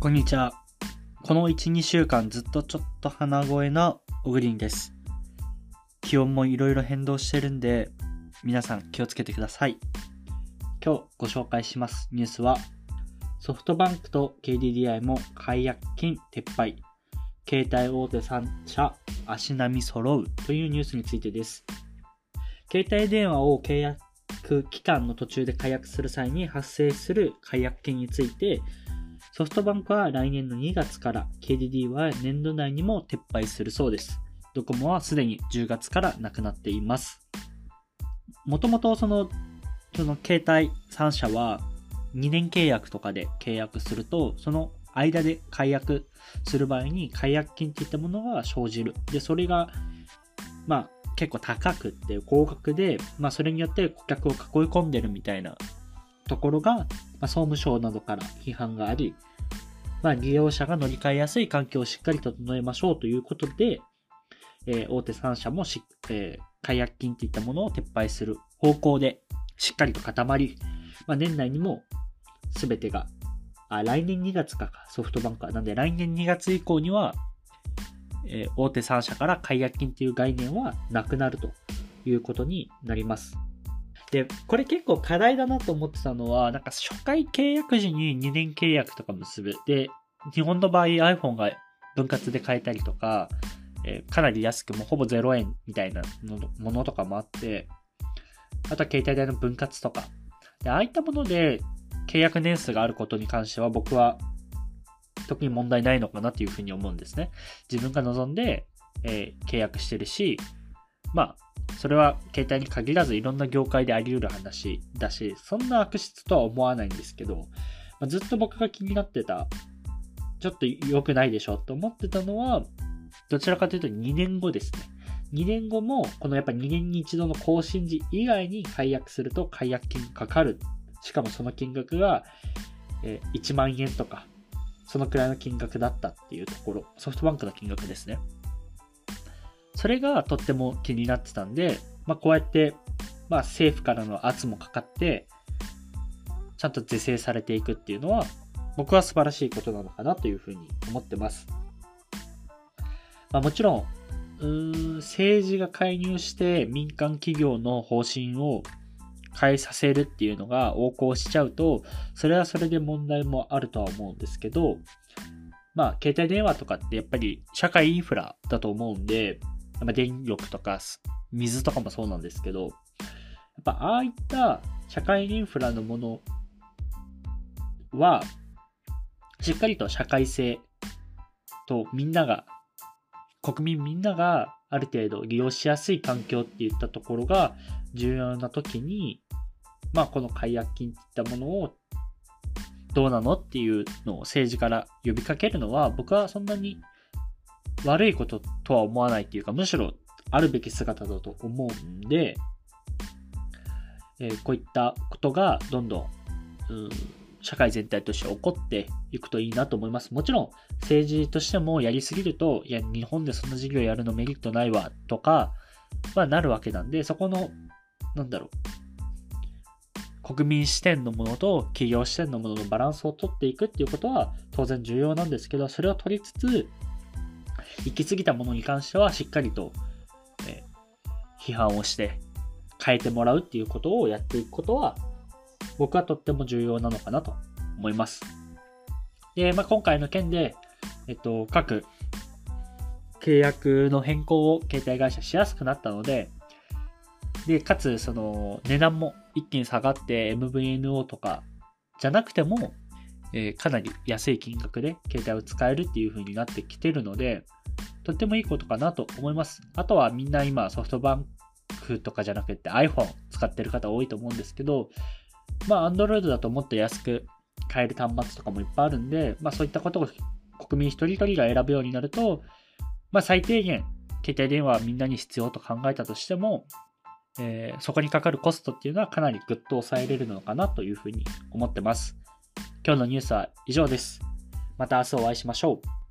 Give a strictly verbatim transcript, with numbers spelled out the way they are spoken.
こんにちは。このいち、にしゅうかんずっとちょっと鼻声なオグリンです。気温もいろいろ変動してるんで、皆さん気をつけてください。今日ご紹介しますニュースは、ソフトバンクと ケーディーディーアイ も解約金撤廃。携帯大手さん社足並み揃うというニュースについてです。携帯電話を契約期間の途中で解約する際に発生する解約金について、ソフトバンクは来年のにがつから、ケーディーディー は年度内にも撤廃するそうです。ドコモはすでにじゅうがつからなくなっています。もともとその、その携帯さん社はにねん契約とかで契約すると、その間で解約する場合に解約金といったものが生じる。で、それが、まあ結構高くって高額で、まあそれによって顧客を囲い込んでるみたいなところが、まあ、総務省などから批判があり、まあ、利用者が乗り換えやすい環境をしっかり整えましょうということで、えー、大手さん社もし、えー、解約金といったものを撤廃する方向でしっかりと固まり、まあ、年内にも全てが、あ、来年にがつかか、ソフトバンクは。なんで来年にがつ以降には、えー、大手さん社から解約金という概念はなくなるということになります。で、これ結構課題だなと思ってたのは、なんか初回契約時ににねん契約とか結ぶ。で、日本の場合 iPhone が分割で買えたりとか、えー、かなり安くもうほぼゼロえんみたいなものとかもあって、あとは携帯代の分割とか。で、ああいったもので契約年数があることに関しては僕は特に問題ないのかなというふうに思うんですね。自分が望んで、えー、契約してるし、まあ、それは携帯に限らずいろんな業界であり得る話だし、そんな悪質とは思わないんですけど、まあ、ずっと僕が気になってた、ちょっと良くないでしょと思ってたのは、どちらかというとにねんごですね。にねんごも、このやっぱにねんに一度の更新時以外に解約すると解約金かかる。しかもその金額がいちまんえんとか、そのくらいの金額だったっていうところ、ソフトバンクの金額ですね。それがとっても気になってたんで、まあ、こうやって、まあ、政府からの圧もかかって、ちゃんと是正されていくっていうのは、僕は素晴らしいことなのかなというふうに思ってます。まあ、もちろん、うーん、政治が介入して民間企業の方針を変えさせるっていうのが横行しちゃうと、それはそれで問題もあるとは思うんですけど、まあ、携帯電話とかってやっぱり社会インフラだと思うんで、電力とか水とかもそうなんですけど、やっぱああいった社会インフラのものはしっかりと社会性とみんなが国民みんながある程度利用しやすい環境っていったところが重要な時に、まあこの解約金っていったものをどうなのっていうのを政治から呼びかけるのは僕はそんなに悪いこととは思わないっていうか、むしろあるべき姿だと思うんで、えー、こういったことがどんどん、うん、社会全体として起こっていくといいなと思います。もちろん政治としてもやりすぎると、いや日本でそんな事業やるのメリットないわとかはなるわけなんで、そこのなんだろう国民視点のものと企業視点のもののバランスを取っていくっていうことは当然重要なんですけど、それを取りつつ行き過ぎたものに関してはしっかりと、えー、批判をして変えてもらうっていうことをやっていくことは僕はとっても重要なのかなと思います。で、まあ、今回の件で、えっと、各契約の変更を携帯会社しやすくなったので、で、かつその値段も一気に下がって エムブイエヌオー とかじゃなくても、えー、かなり安い金額で携帯を使えるっていう風になってきてるので、とってもいいことかなと思います。あとはみんな今ソフトバンクとかじゃなくて iPhone 使ってる方多いと思うんですけど、まあ Android だともっと安く買える端末とかもいっぱいあるんで、まあそういったことを国民一人一人が選ぶようになると、まあ最低限携帯電話はみんなに必要と考えたとしても、えー、そこにかかるコストっていうのはかなりぐっと抑えれるのかなというふうに思ってます。今日のニュースは以上です。また明日お会いしましょう。